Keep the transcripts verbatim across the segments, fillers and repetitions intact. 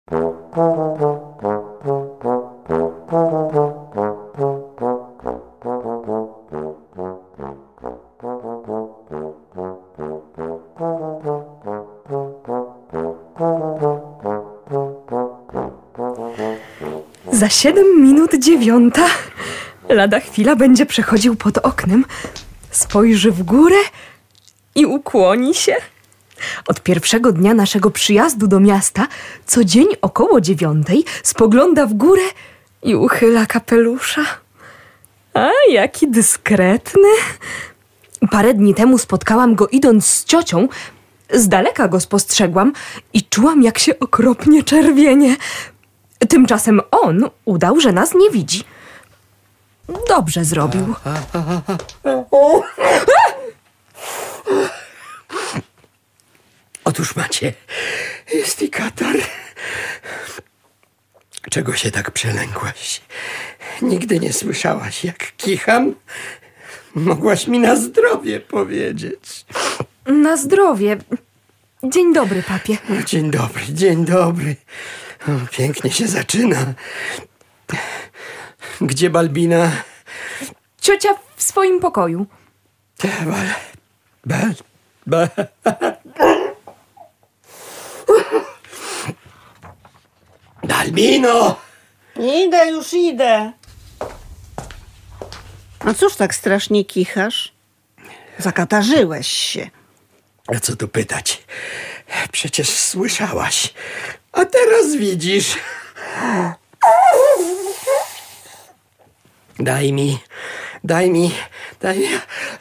Za siedem minut dziewiąta. Lada chwila będzie przechodził pod oknem, spojrzy w górę i ukłoni się. Od pierwszego dnia naszego przyjazdu do miasta co dzień około dziewiątej spogląda w górę i uchyla kapelusza. A jaki dyskretny. Parę dni temu spotkałam go idąc z ciocią. Z daleka go spostrzegłam i czułam, jak się okropnie czerwienie. Tymczasem on udał, że nas nie widzi. Dobrze zrobił. Otóż macie, jest i katar. Czego się tak przelękłaś? Nigdy nie słyszałaś, jak kicham? Mogłaś mi na zdrowie powiedzieć. Na zdrowie. Dzień dobry, papie. Dzień dobry, dzień dobry. O, pięknie się zaczyna. Gdzie Balbina? Ciocia w swoim pokoju. Bal... Bal... Bal... Balbino! Idę, już idę. A cóż tak strasznie kichasz? Zakatarzyłeś się. A co tu pytać? Przecież słyszałaś. A teraz widzisz. Daj mi, daj mi, daj mi.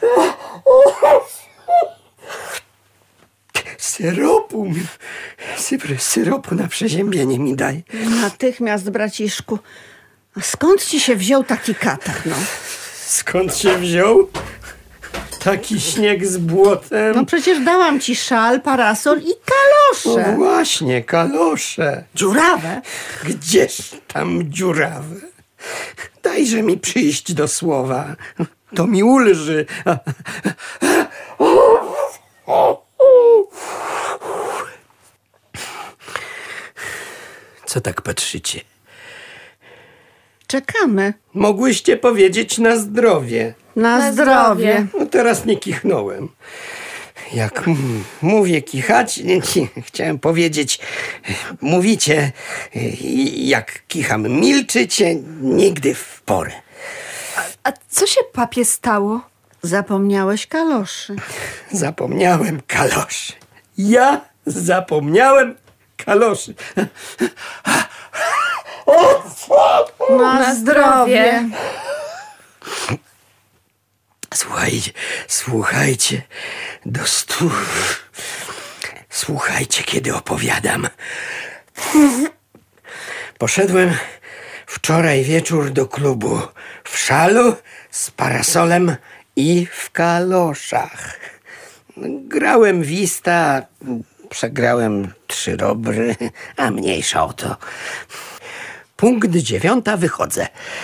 Syropu, sypry syropu na przeziębienie mi daj. Natychmiast, braciszku. A skąd ci się wziął taki katar, no? Skąd się wziął? Taki śnieg z błotem. No przecież dałam ci szal, parasol i kalosze. No właśnie, kalosze. Dziurawe? Gdzież tam dziurawe? Dajże mi przyjść do słowa. To mi ulży. Co tak patrzycie? Czekamy. Mogłyście powiedzieć na zdrowie. Na, Na zdrowie. zdrowie. No teraz nie kichnąłem. Jak m- mówię kichać, nie, nie, chciałem powiedzieć, mówicie, i- jak kicham, milczycie, nigdy w porę. A co się, papie, stało? Zapomniałeś kaloszy. Zapomniałem kaloszy. Ja zapomniałem kaloszy. Na, Na zdrowie. Słuchajcie, słuchajcie, do stu. Słuchajcie, kiedy opowiadam. Poszedłem wczoraj wieczór do klubu w szalu, z parasolem i w kaloszach. Grałem wista, przegrałem trzy robry, a mniejsza o to. Punkt dziewiąta, wychodzę.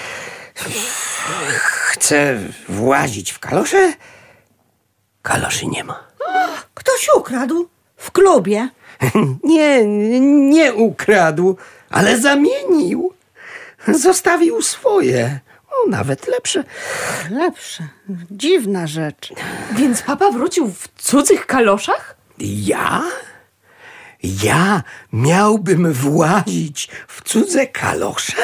Chcę włazić w kalosze. Kaloszy nie ma. Ktoś ukradł w klubie. Nie, nie ukradł, ale zamienił. Zostawił swoje. O, nawet lepsze. Lepsze. Dziwna rzecz. Więc papa wrócił w cudzych kaloszach? Ja? Ja miałbym włazić w cudze kalosze?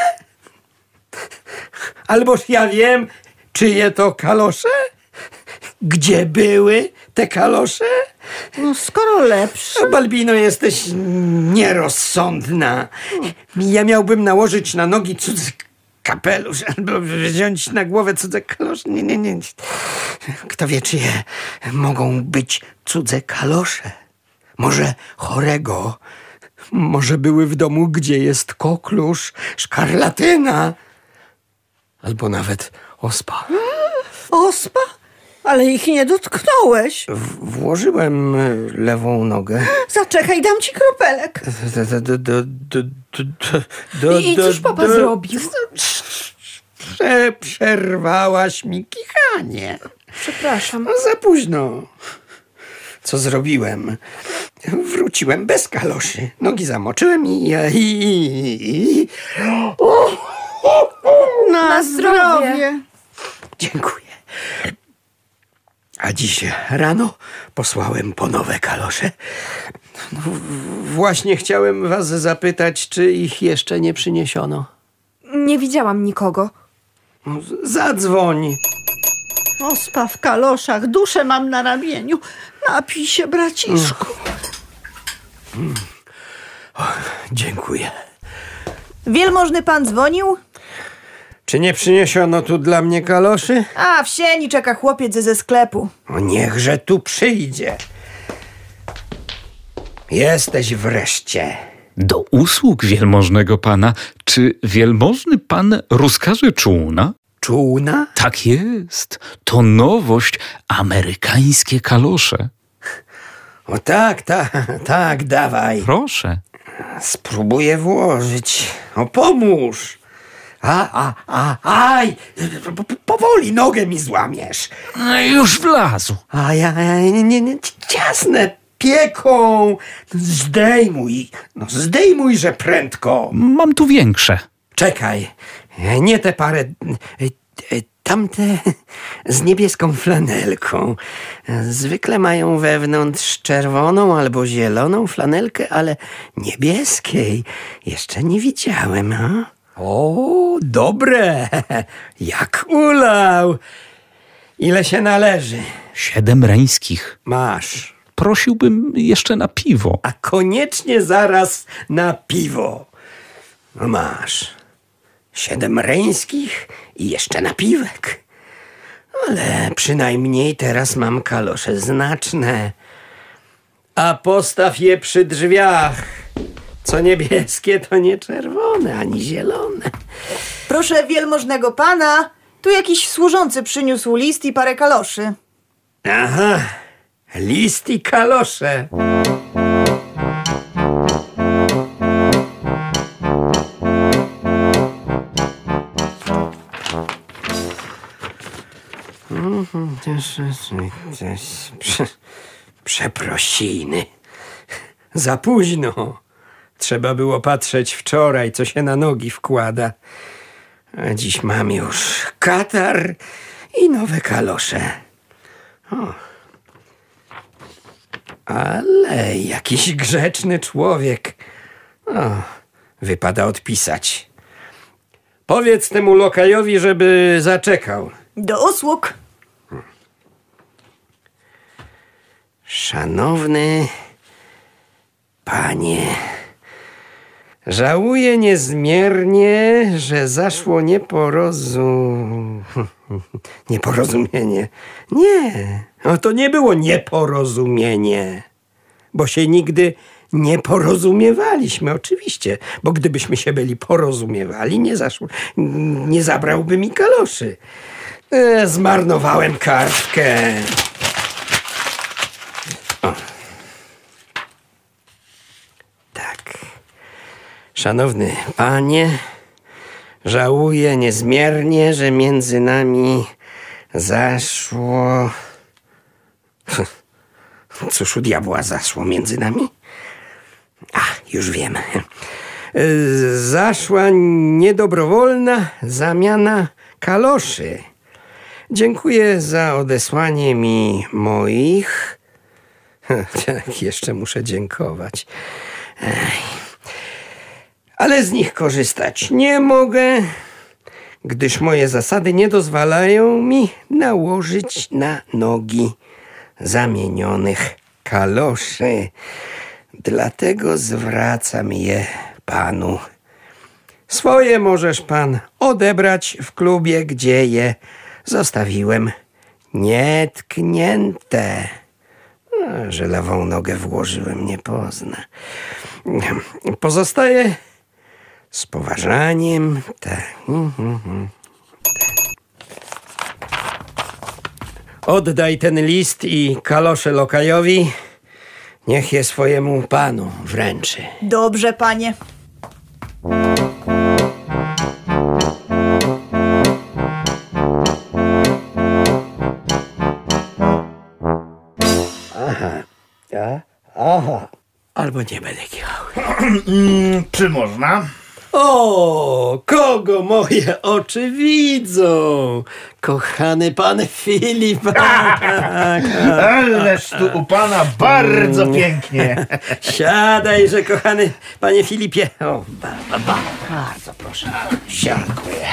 Alboż ja wiem, czyje to kalosze? Gdzie były te kalosze? No skoro lepsze. Balbino, jesteś nierozsądna. Ja miałbym nałożyć na nogi cudzy kapelusz albo wziąć na głowę cudze kalosze. Nie, nie, nie. Kto wie, czyje mogą być cudze kalosze? Może chorego? Może były w domu, gdzie jest koklusz, szkarlatyna? Albo nawet ospa. Ospa? Ale ich nie dotknąłeś. W- włożyłem lewą nogę. Zaczekaj, dam ci kropelek. Do, do, do, do, do, do, do, I do, cóż papa do- zrobił? Prze- Przerwałaś mi kichanie. Przepraszam. No za późno. Co zrobiłem? wróciłem bez kaloszy. Nogi zamoczyłem i... i, i, i o, o, o, Na zdrowie. Dziękuję. A dziś rano posłałem po nowe kalosze. No, właśnie chciałem was zapytać, czy ich jeszcze nie przyniesiono. Nie widziałam nikogo. No, zadzwoń. Ospa w kaloszach, duszę mam na ramieniu. Napij się, braciszku. Mm. O, dziękuję. Wielmożny pan dzwonił? Czy nie przyniesiono tu dla mnie kaloszy? A, w sieni czeka chłopiec ze sklepu. O, niechże tu przyjdzie. Jesteś wreszcie. Do usług wielmożnego pana. Czy wielmożny pan rozkaże czółna? Czółna? Tak jest. To nowość. Amerykańskie kalosze. O tak, tak, tak, dawaj. Proszę. Spróbuję włożyć. O, pomóż. A, a, a, aj! Powoli nogę mi złamiesz. No, już wlazł. A ja, ja nie, nie, nie, ciasne pieką. Zdejmuj, no zdejmujże prędko. Mam tu większe. Czekaj, nie te parę, tamte z niebieską flanelką. Zwykle mają wewnątrz czerwoną albo zieloną flanelkę, ale niebieskiej jeszcze nie widziałem. A? O, dobre, jak ulał. Ile się należy? Siedem reńskich. Masz. Prosiłbym jeszcze na piwo. A koniecznie zaraz na piwo. No masz. Siedem reńskich i jeszcze napiwek. Ale przynajmniej teraz mam kalosze znaczne. A postaw je przy drzwiach. Co niebieskie, to nie czerwone, ani zielone. Proszę wielmożnego pana, tu jakiś służący przyniósł list i parę kaloszy. Aha, list i kalosze. Prze, przeprosiny. Za późno. Trzeba było patrzeć wczoraj, co się na nogi wkłada. A dziś mam już katar i nowe kalosze. O. Ale jakiś grzeczny człowiek. O, wypada odpisać. Powiedz temu lokajowi, żeby zaczekał. Do usług. Szanowny panie, żałuję niezmiernie, że zaszło nieporozum... nieporozumienie. Nie, no to nie było nieporozumienie, bo się nigdy nie porozumiewaliśmy, oczywiście, bo gdybyśmy się byli porozumiewali, nie zaszło, nie zabrałby mi kaloszy. E, zmarnowałem kartkę. O. Tak. Szanowny panie, żałuję niezmiernie, że między nami zaszło... Cóż u diabła zaszło między nami? A, już wiem. Zaszła niedobrowolna zamiana kaloszy. Dziękuję za odesłanie mi moich... Tak, jeszcze muszę dziękować. Ech. Ale z nich korzystać nie mogę, gdyż moje zasady nie dozwalają mi nałożyć na nogi zamienionych kaloszy. Dlatego zwracam je panu. Swoje możesz pan odebrać w klubie, gdzie je zostawiłem nietknięte. A, że lewą nogę włożyłem, nie pozna. Pozostaje z poważaniem. Tak. Oddaj ten list i kalosze lokajowi. Niech je swojemu panu wręczy. Dobrze, panie. Aha. Ja? Aha. albo nie będę kiwał. Czy można? O, kogo moje oczy widzą? Kochany pan Filip. Ależ tu u pana bardzo pięknie. Siadajże, kochany panie Filipie. O, ba, ba, ba. Bardzo proszę. Dziękuję.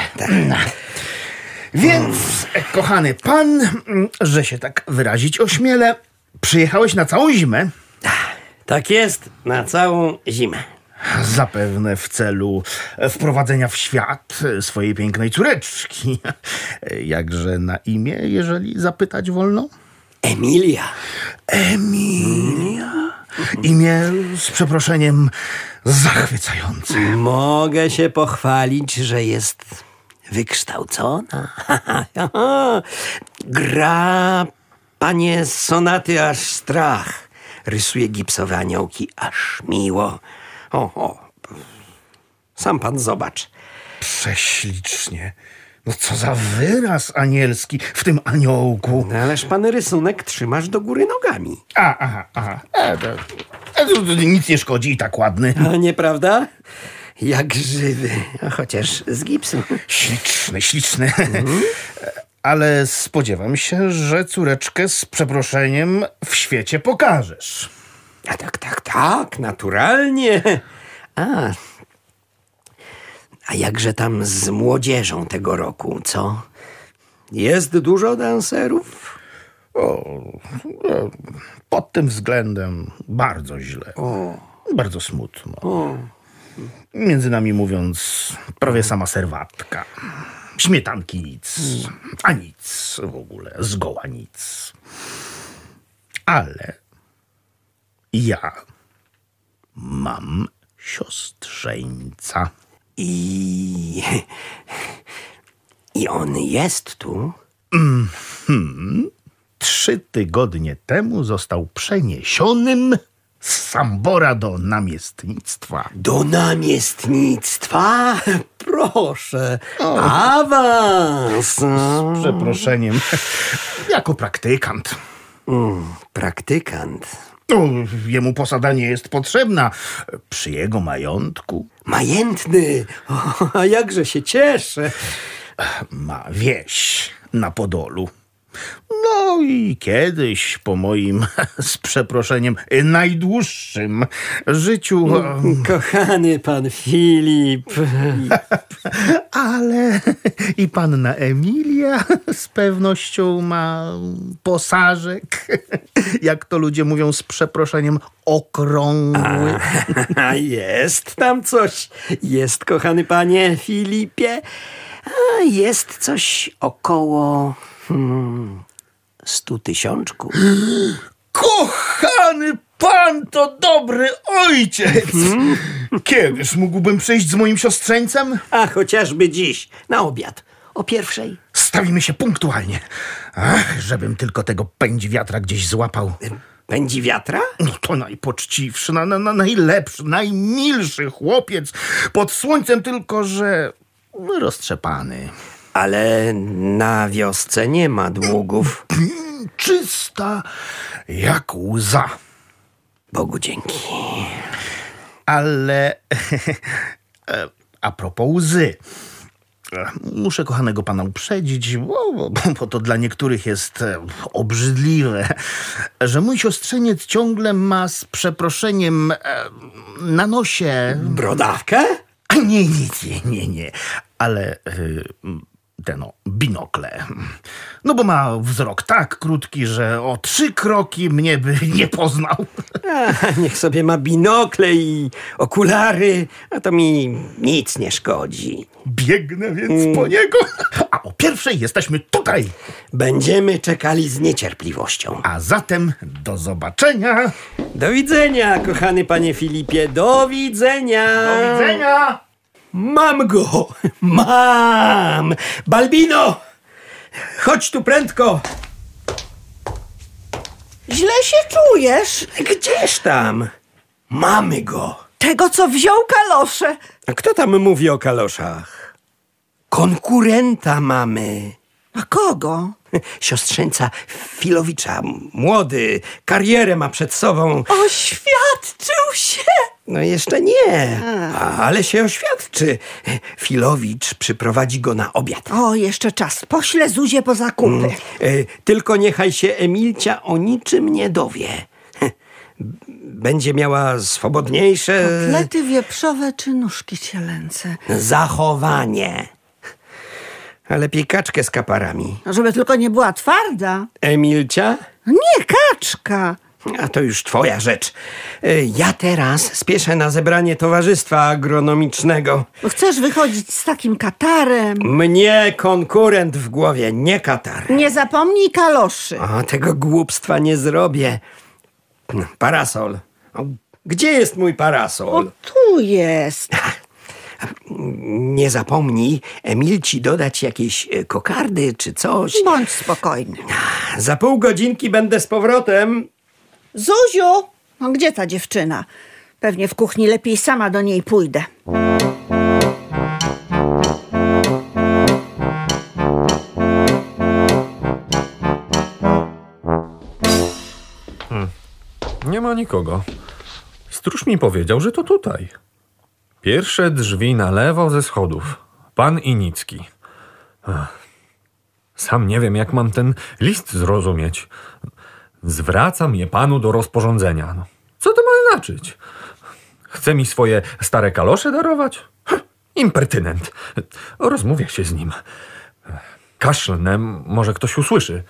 Więc, kochany pan, że się tak wyrazić ośmielę, przyjechałeś na całą zimę? Tak jest, na całą zimę. Zapewne w celu wprowadzenia w świat swojej pięknej córeczki. Jakże na imię, jeżeli zapytać wolno? Emilia. Emilia. Imię z przeproszeniem zachwycające. Mogę się pochwalić, że jest wykształcona. Gra panie sonaty aż strach. Rysuje gipsowe aniołki aż miło. O, o. Sam pan zobacz. Prześlicznie. No co za wyraz anielski w tym aniołku. No, ależ pan rysunek trzymasz do góry nogami. A, aha, aha. E, to, e, to, to nic nie szkodzi i tak ładny. A nieprawda? Jak żywy, a chociaż z gipsu. Śliczny, śliczny. Mhm. Ale spodziewam się, że córeczkę z przeproszeniem w świecie pokażesz. A tak, tak, tak, naturalnie. A, a jakże tam z młodzieżą tego roku, co? Jest dużo danserów? O, no, pod tym względem bardzo źle. O. Bardzo smutno. O. Między nami mówiąc, prawie sama serwatka. Śmietanki nic, a nic w ogóle, zgoła nic. Ale ja mam siostrzeńca. I... I on jest tu? Mm-hmm. Trzy tygodnie temu został przeniesionym z Sambora do namiestnictwa. Do namiestnictwa? Proszę, o. Awans! Z przeproszeniem, jako praktykant. Mm, praktykant? No, jemu posada nie jest potrzebna przy jego majątku. Majętny! O, a jakże się cieszę! Ma wieś na Podolu. No i kiedyś po moim, z przeproszeniem, najdłuższym życiu... Kochany pan Filip. Ale i panna Emilia z pewnością ma posażek, jak to ludzie mówią z przeproszeniem, okrągły. A, jest tam coś. Jest, kochany panie Filipie. A jest coś około... Hmm, stu tysiączków. Kochany pan to dobry ojciec! Hmm? Kiedyż mógłbym przyjść z moim siostrzeńcem? A chociażby dziś, na obiad. O pierwszej. Stawimy się punktualnie. Ach, żebym tylko tego pędzi wiatra gdzieś złapał. Pędzi wiatra? No to najpoczciwszy, na, na, na najlepszy, najmilszy chłopiec pod słońcem, tylko że roztrzepany. Ale na wiosce nie ma długów. Czysta jak łza. Bogu dzięki. Ale a propos łzy. Muszę kochanego pana uprzedzić, bo, bo to dla niektórych jest obrzydliwe, że mój siostrzeniec ciągle ma z przeproszeniem na nosie... Brodawkę? Nie, nic, nie, nie, nie. Ale... te no, binokle. No bo ma wzrok tak krótki, że o trzy kroki mnie by nie poznał. A, niech sobie ma binokle i okulary, a to mi nic nie szkodzi. Biegnę więc mm. po niego, a o pierwszej jesteśmy tutaj. Będziemy czekali z niecierpliwością. A zatem do zobaczenia. Do widzenia, kochany panie Filipie, do widzenia. Do widzenia. Mam go! Mam! Balbino! Chodź tu prędko! Źle się czujesz? Gdzież tam? Mamy go! Tego, co wziął kalosze. A kto tam mówi o kaloszach? Konkurenta mamy. A kogo? Siostrzeńca Filowicza. Młody, karierę ma przed sobą. Oświadczył się! No jeszcze nie, ale się oświadczy. Filowicz przyprowadzi go na obiad. O, jeszcze czas. Poślę Zuzię po zakupy. E, Tylko niechaj się Emilcia o niczym nie dowie. Będzie miała swobodniejsze Kotlety wieprzowe czy nóżki cielęce? zachowanie. A lepiej kaczkę z kaparami. No, żeby tylko nie była twarda. Emilcia? Nie, kaczka. A to już twoja rzecz. E, Ja teraz spieszę na zebranie Towarzystwa Agronomicznego. Bo chcesz wychodzić z takim katarem. Mnie konkurent w głowie, nie katar. Nie zapomnij kaloszy. O, tego głupstwa nie zrobię. Parasol. O, gdzie jest mój O, parasol? tu jest. Nie zapomnij Emilci dodać jakiejś e, kokardy czy coś. Bądź spokojny. Za pół godzinki będę z powrotem. Zuziu! No gdzie ta dziewczyna? Pewnie w kuchni, lepiej sama do niej pójdę. Nie ma nikogo. Stróż mi powiedział, że to tutaj. Pierwsze drzwi na lewo ze schodów. Pan Inicki. Ach. Sam nie wiem, jak mam ten list zrozumieć. Zwracam je panu do rozporządzenia. No, co to ma znaczyć? Chce mi swoje stare kalosze darować? Hm, impertynent. Rozmówię się z nim. Kaszlnę, może ktoś usłyszy.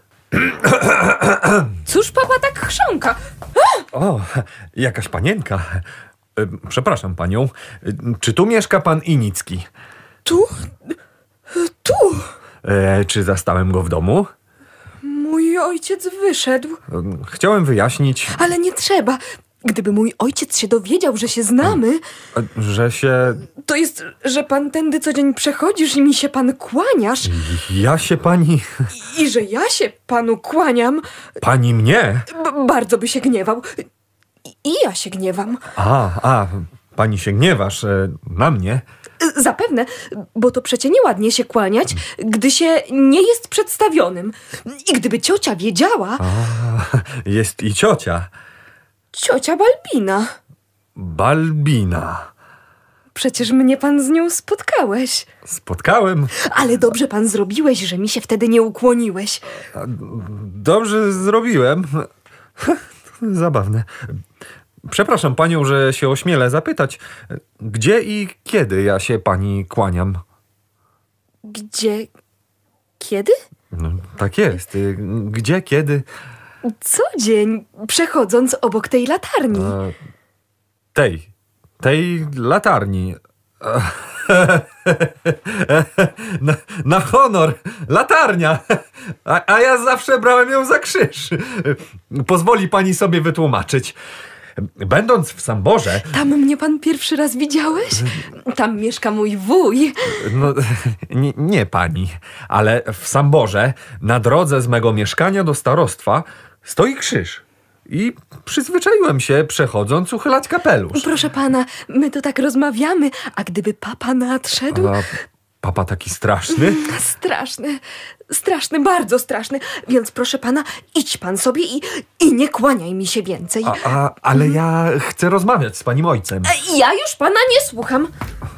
Cóż papa tak chrząka? O, jakaś panienka. E, Przepraszam panią. E, Czy tu mieszka pan Inicki? Tu? Tu? E, czy zastałem go w domu? Mój ojciec wyszedł. E, Chciałem wyjaśnić, Ale nie trzeba. Gdyby mój ojciec się dowiedział, że się znamy, e, że się... to jest, że pan tędy co dzień przechodzisz i mi się pan kłaniasz Ja się pani... i że ja się panu kłaniam, Pani mnie? b- bardzo by się gniewał. I- I ja się gniewam. A, a, pani się gniewasz e, na mnie? Y, Zapewne, bo to przecie nieładnie się kłaniać, gdy się nie jest przedstawionym. I gdyby ciocia wiedziała, A, jest i ciocia. ciocia Balbina. Balbina. Przecież mnie pan z nią spotkałeś. Spotkałem. Ale dobrze pan zrobiłeś, że mi się wtedy nie ukłoniłeś. Dobrze zrobiłem. Zabawne. Przepraszam panią, że się ośmielę zapytać, gdzie i kiedy ja się pani kłaniam? Gdzie? Kiedy? No, tak jest. Y, Gdzie, kiedy? Co dzień, przechodząc obok tej latarni. E, tej. Tej latarni. Na, na honor. Latarnia. A, a ja zawsze brałem ją za krzyż. Pozwoli pani sobie wytłumaczyć. Będąc w Samborze... Tam mnie pan pierwszy raz widziałeś? Tam mieszka mój wuj. No, nie, nie pani, ale w Samborze na drodze z mego mieszkania do starostwa stoi krzyż. I przyzwyczaiłem się, przechodząc, uchylać kapelusz. Proszę pana, my to tak rozmawiamy, a gdyby papa nadszedł... A papa taki straszny? Straszny, straszny, bardzo straszny. Więc proszę pana, idź pan sobie i, i nie kłaniaj mi się więcej. A, a, ale ja chcę rozmawiać z panim ojcem. Ja już pana nie słucham.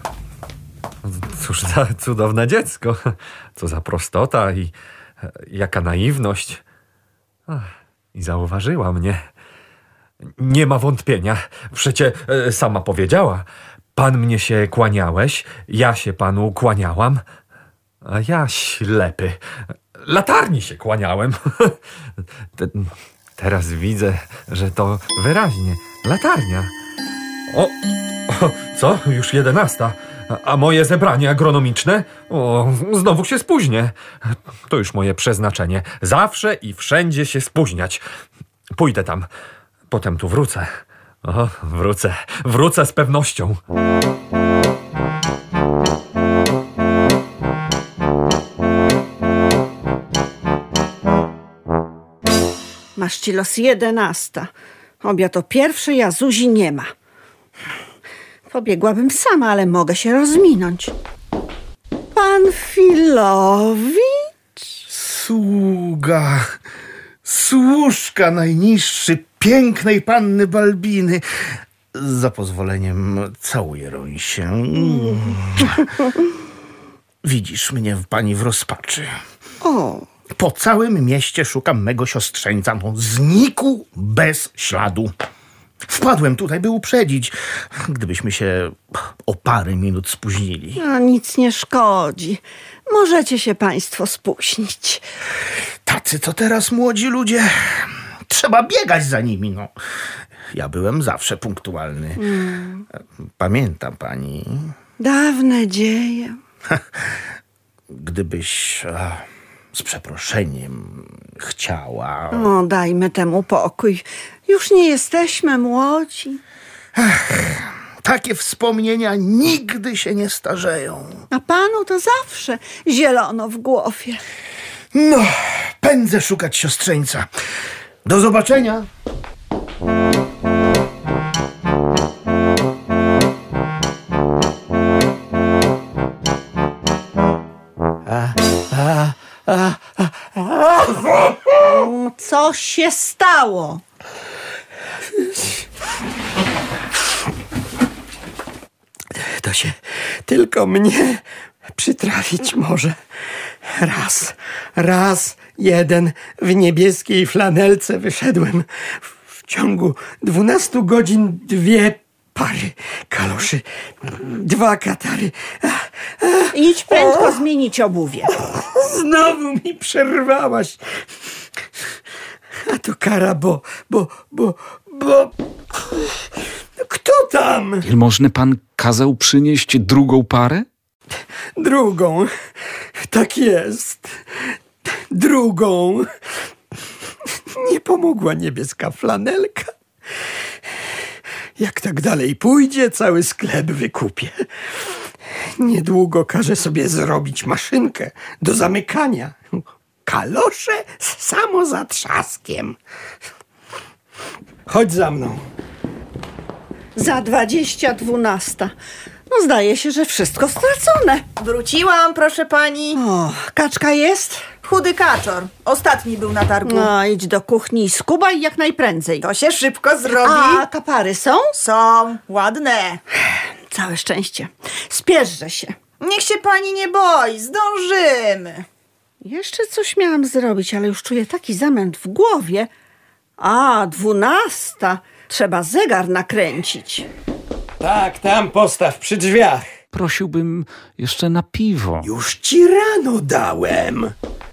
Cóż za cudowne dziecko. Co za prostota i jaka naiwność. Ach, i zauważyła mnie. Nie ma wątpienia. Przecie e, sama powiedziała. Pan mnie się kłaniałeś, ja się panu kłaniałam. A ja ślepy. Latarni się kłaniałem. Te, teraz widzę, że to wyraźnie. Latarnia. O, o co? Już jedenasta. A moje zebranie agronomiczne? O, znowu się spóźnię. To już moje przeznaczenie. Zawsze i wszędzie się spóźniać. Pójdę tam. Potem tu wrócę. O, wrócę. Wrócę z pewnością. Masz ci los jedenasta. Obiad o pierwszej, a Zuzi nie ma. Pobiegłabym sama, ale mogę się rozminąć. Pan Filowicz? sługa, służka najniższy pięknej panny Balbiny. Za pozwoleniem całuję rąsię. Widzisz mnie pani w rozpaczy. O, Po całym mieście szukam mego siostrzeńca. No, znikł bez śladu. Wpadłem tutaj, by uprzedzić, gdybyśmy się o parę minut spóźnili. a nic nie szkodzi. Możecie się państwo spóźnić. Tacy to teraz młodzi ludzie. Trzeba biegać za nimi, no. Ja byłem zawsze punktualny. Mm. Pamięta pani, Dawne dzieje. gdybyś a, z przeproszeniem chciała... O, dajmy temu pokój. Już nie jesteśmy młodzi. Takie wspomnienia nigdy się nie starzeją. A panu to zawsze zielono w głowie. No, pędzę szukać siostrzeńca. Do zobaczenia. Co się stało? To się tylko mnie przytrafić może. Raz, raz, jeden w niebieskiej flanelce wyszedłem. W ciągu dwunastu godzin dwie pary kaloszy, dwa katary. Idź prędko zmienić obuwie. Znowu mi przerwałaś. A to kara, bo, bo, bo, bo... Kto tam? Wielmożny pan kazał przynieść drugą parę? Drugą. Tak jest. Drugą. Nie pomogła niebieska flanelka. Jak tak dalej pójdzie, cały sklep wykupię. Niedługo każę sobie zrobić maszynkę do zamykania. Kalosze z samozatrzaskiem. Chodź za mną. Za dwadzieścia dwunasta. No zdaje się, że wszystko stracone. Wróciłam, proszę pani. O, kaczka jest? Chudy kaczor. Ostatni był na targu. No, idź do kuchni i skubaj jak najprędzej. To się szybko zrobi. A kapary są? Są ładne. Całe szczęście. Spieszże się. Niech się pani nie boi, zdążymy. Jeszcze coś miałam zrobić, ale już czuję taki zamęt w głowie. A, dwunasta. Trzeba zegar nakręcić. Tak, tam postaw przy drzwiach. Prosiłbym jeszcze na piwo. Już ci rano dałem.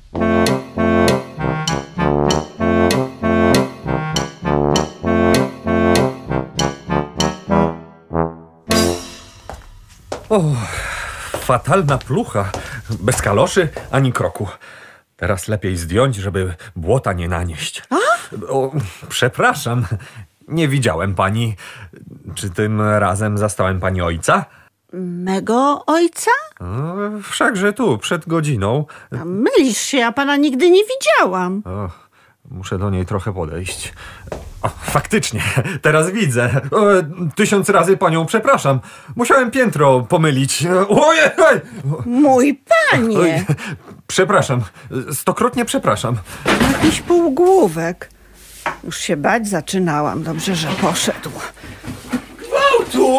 O, fatalna plucha. Bez kaloszy ani kroku. Teraz lepiej zdjąć, żeby błota nie nanieść. O, przepraszam. Nie widziałem pani. Czy tym razem zastałem pani ojca? Mego ojca? O, wszakże tu, przed godziną. A mylisz się, ja pana nigdy nie widziałam. O, muszę do niej trochę podejść. O, faktycznie, teraz widzę. O, tysiąc razy panią przepraszam. Musiałem piętro pomylić. Ojej! Mój panie! Oj, przepraszam, stokrotnie przepraszam. Jakiś półgłówek. Już się bać zaczynałam. Dobrze, że poszedł. Gwałtu!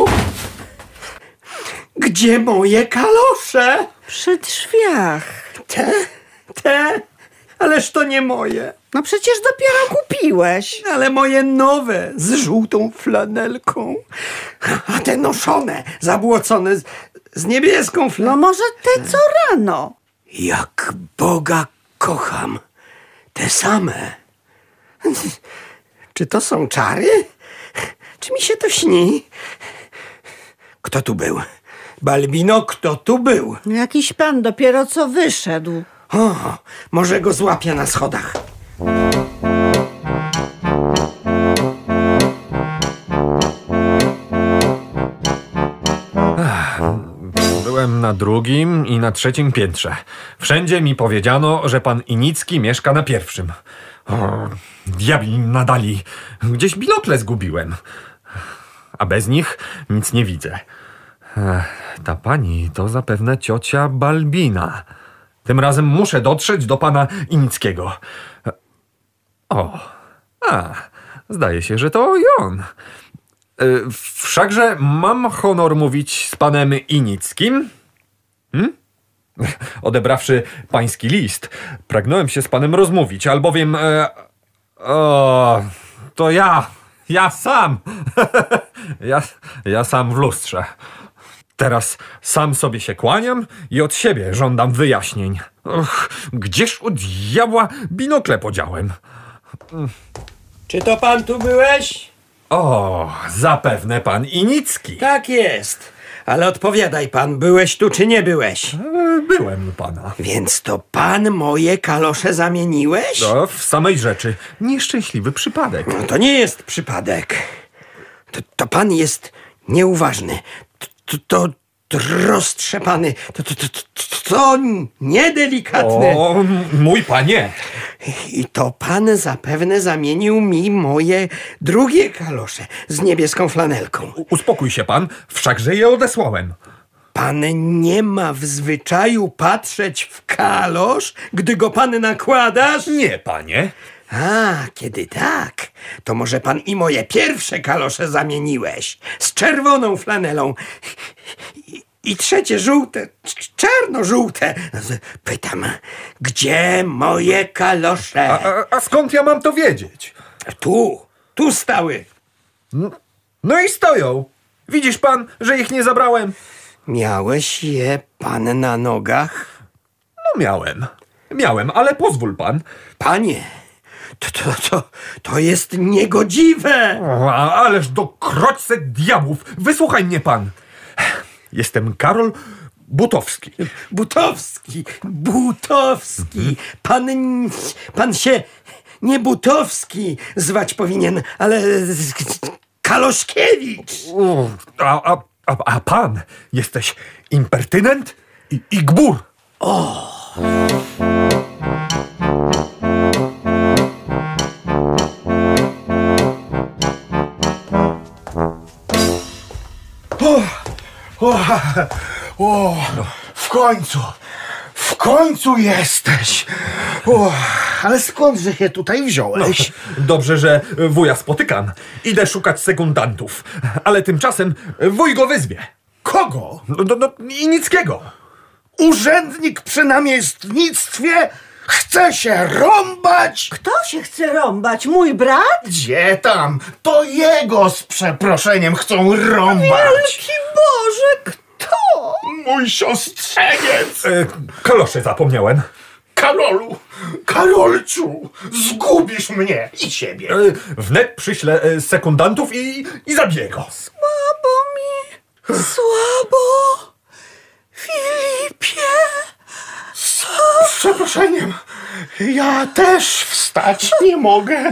Gdzie moje kalosze? Przy drzwiach. Te? Te? Ależ to nie moje. No przecież dopiero kupiłeś. Ale moje nowe, z żółtą flanelką. A te noszone, zabłocone z, z niebieską No flanelką. może te co rano. Jak Boga kocham. Te same. Czy to są czary? Czy mi się to śni? Kto tu był? Balbino, kto tu był? Jakiś pan dopiero co wyszedł. O, może go złapię na schodach. Byłem na drugim i na trzecim piętrze. Wszędzie mi powiedziano, że pan Inicki mieszka na pierwszym. O, diabli nadali. Gdzieś binokle zgubiłem. A bez nich nic nie widzę. Ech, ta pani to zapewne ciocia Balbina. Tym razem muszę dotrzeć do pana Inickiego. O, a, zdaje się, że to i on. Yy, wszakże mam honor mówić z panem Inickim? Hmm? Odebrawszy pański list, pragnąłem się z panem rozmówić, albowiem... E, o, to ja, ja sam, ja, ja sam w lustrze. Teraz sam sobie się kłaniam i od siebie żądam wyjaśnień. Och, gdzież u diabła binokle podziałem? Czy to pan tu byłeś? O, zapewne pan Inicki. Tak jest. Ale odpowiadaj pan, byłeś tu czy nie byłeś? E, Byłem u pana. Więc to pan moje kalosze zamieniłeś? No, w samej rzeczy. Nieszczęśliwy przypadek. No to nie jest przypadek. To, to pan jest nieuważny. To, to, to, to roztrzepany. To, to, to, to, to niedelikatne. O, mój panie. I to pan zapewne zamienił mi moje drugie kalosze z niebieską flanelką. U- Uspokój się pan, wszakże je odesłałem. Pan nie ma w zwyczaju patrzeć w kalosz, gdy go pan nakładasz? Nie, panie. A, kiedy tak, to może pan i moje pierwsze kalosze zamieniłeś z czerwoną flanelą. I, i trzecie żółte, cz- czarno-żółte. Pytam, gdzie moje kalosze? A, a, a skąd ja mam to wiedzieć? Tu, tu stały. No i stoją. Widzisz pan, że ich nie zabrałem? Miałeś je pan na nogach? No miałem. Miałem, ale pozwól pan. Panie, to, to, to, to jest niegodziwe. O, a- ależ do kroćce diabłów. Wysłuchaj mnie pan. Jestem Karol Butowski. Butowski, Butowski. Pan, pan się nie Butowski zwać powinien, ale Kaloszkiewicz. O, A, a, a, a pan jesteś impertynent i, i gbur. O, o, o, w końcu, w końcu jesteś. O, ale skądże się tutaj wziąłeś? Dobrze, że wuja spotykam. Idę szukać sekundantów. Ale tymczasem wuj go wyzwie. Kogo? No, no, no i Nickiego. Urzędnik przy namiestnictwie chce się rąbać? Kto się chce rąbać? Mój brat? Gdzie tam? To jego z przeproszeniem chcą rąbać. Wielki Boże, kto? Mój siostrzeniec. E, kalosze zapomniałem. Karolu, Karolciu, zgubisz mnie i siebie. E, wnet przyślę e, sekundantów i, i zabiję go. Słabo mi, słabo. Filipie. Z przeproszeniem, ja też wstać nie mogę.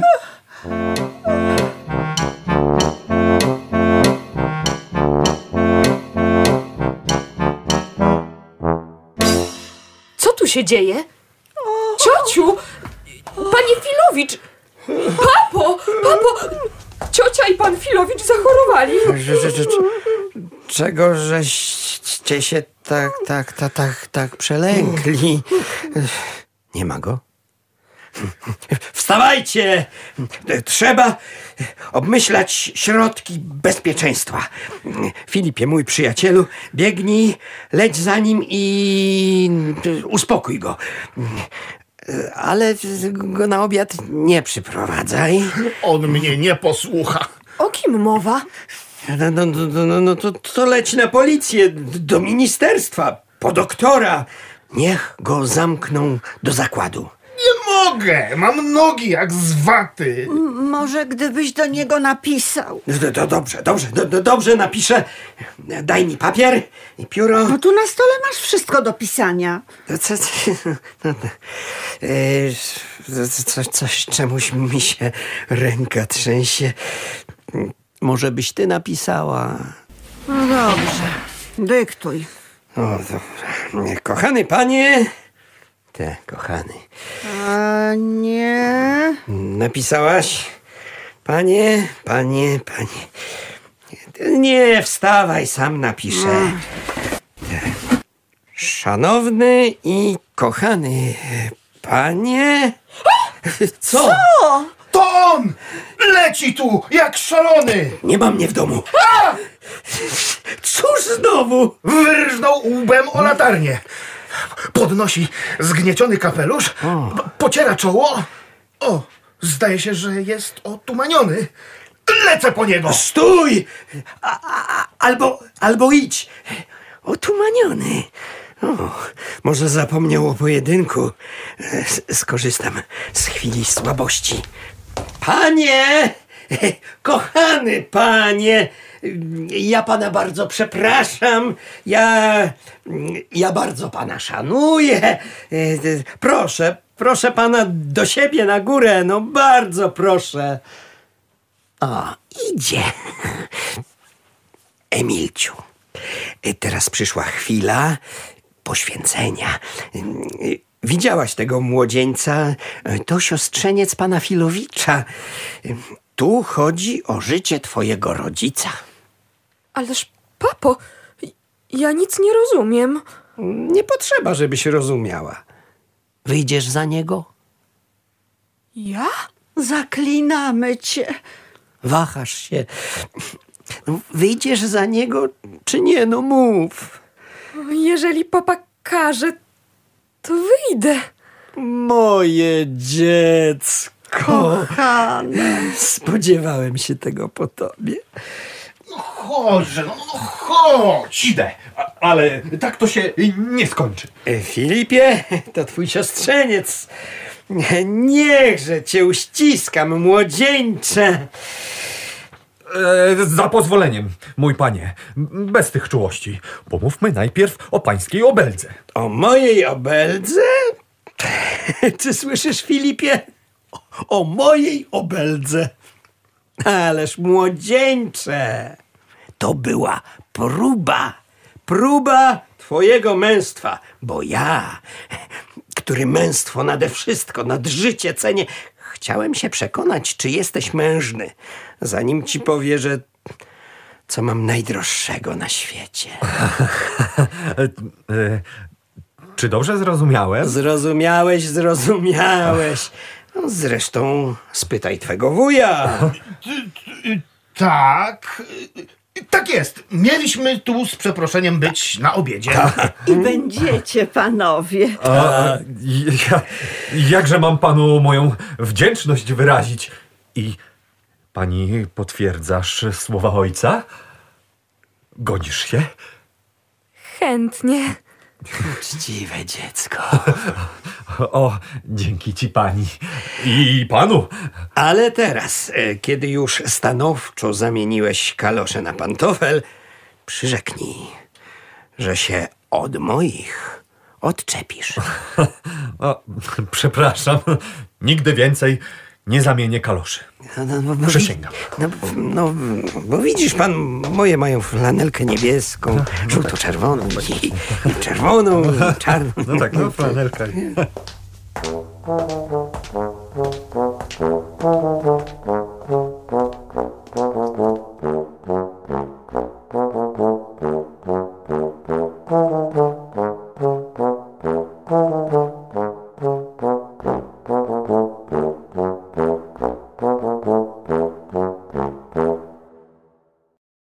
Co tu się dzieje? Ciociu! Panie Filowicz! Papo! Papo! Ciocia i pan Filowicz zachorowali. Że- że- że- Czego żeście się tak, tak, tak, tak, tak przelękli? Nie ma go? Wstawajcie! Trzeba obmyślać środki bezpieczeństwa. Filipie, mój przyjacielu, biegnij, leć za nim i uspokój go. Ale go na obiad nie przyprowadzaj. On mnie nie posłucha. O kim mowa? No, no, no, no, no to, to leć na policję, do ministerstwa, po doktora. Niech go zamkną do zakładu. Nie mogę, mam nogi jak z waty. Może gdybyś do niego napisał. No, to dobrze, dobrze, do, do, dobrze napiszę. Daj mi papier i pióro. No tu na stole masz wszystko do pisania. No, co, co, no, no, e, coś, coś, czemuś mi się ręka trzęsie. Może byś ty napisała. No dobrze, dyktuj. O, dobrze. Kochany panie... Te, kochany. A nie... Napisałaś? Panie, panie, panie. Nie, wstawaj, sam napiszę. Szanowny i Kochany panie... Co? To on! Leci tu, jak szalony! Nie ma mnie w domu. Cóż znowu? Wyrżnął łbem o latarnię. Podnosi zgnieciony kapelusz, p- pociera czoło. O, zdaje się, że jest otumaniony. Lecę po niego! Stój! A, a, albo, albo idź. Otumaniony. O, może zapomniał o pojedynku. S- Skorzystam z chwili słabości. Panie! Kochany panie! Ja pana bardzo przepraszam. Ja... Ja bardzo pana szanuję. Proszę, proszę pana do siebie na górę. No bardzo proszę. O, idzie. Emilciu, teraz przyszła chwila poświęcenia. Widziałaś tego młodzieńca? To siostrzeniec pana Filowicza. Tu chodzi o życie twojego rodzica. Ależ, papo, ja nic nie rozumiem. Nie potrzeba, żebyś rozumiała. Wyjdziesz za niego? Ja? Zaklinamy cię. Wahasz się. Wyjdziesz za niego, czy nie? No mów. Jeżeli papa każe, to wyjdę. Moje dziecko. Kochane. Spodziewałem się tego po tobie. Chodźże, no, no chodź! Idę, a, ale tak to się nie skończy. E, Filipie, to twój siostrzeniec. Niechże cię uściskam, młodzieńcze. E, za pozwoleniem, mój panie, bez tych czułości. Pomówmy najpierw o pańskiej obeldze. O mojej obeldze? Czy słyszysz, Filipie? O, o mojej obeldze. Ależ młodzieńcze, to była próba. Próba twojego męstwa. Bo ja, który męstwo nade wszystko, nad życie cenię, chciałem się przekonać, czy jesteś mężny, zanim ci powierzę, co mam najdroższego na świecie. E, e, czy dobrze zrozumiałem? Zrozumiałeś, zrozumiałeś. No, zresztą spytaj twego wuja. Tak, tak jest. Mieliśmy tu z przeproszeniem być na obiedzie. I będziecie, panowie. A, ja, jakże mam panu moją wdzięczność wyrazić? I pani potwierdzasz słowa ojca? Godzisz się? Chętnie. Uczciwe dziecko. O, dzięki ci pani. I panu. Ale teraz, e, kiedy już stanowczo zamieniłeś kalosze na pantofel, przyrzeknij, że się od moich odczepisz. O, przepraszam. Nigdy więcej nie zamienię kaloszy. No, no, bo, bo, Przysięgam. No, no, bo widzisz pan, moje mają flanelkę niebieską, żółto-czerwoną i, i czerwoną, i czarną. No tak, no flanelka.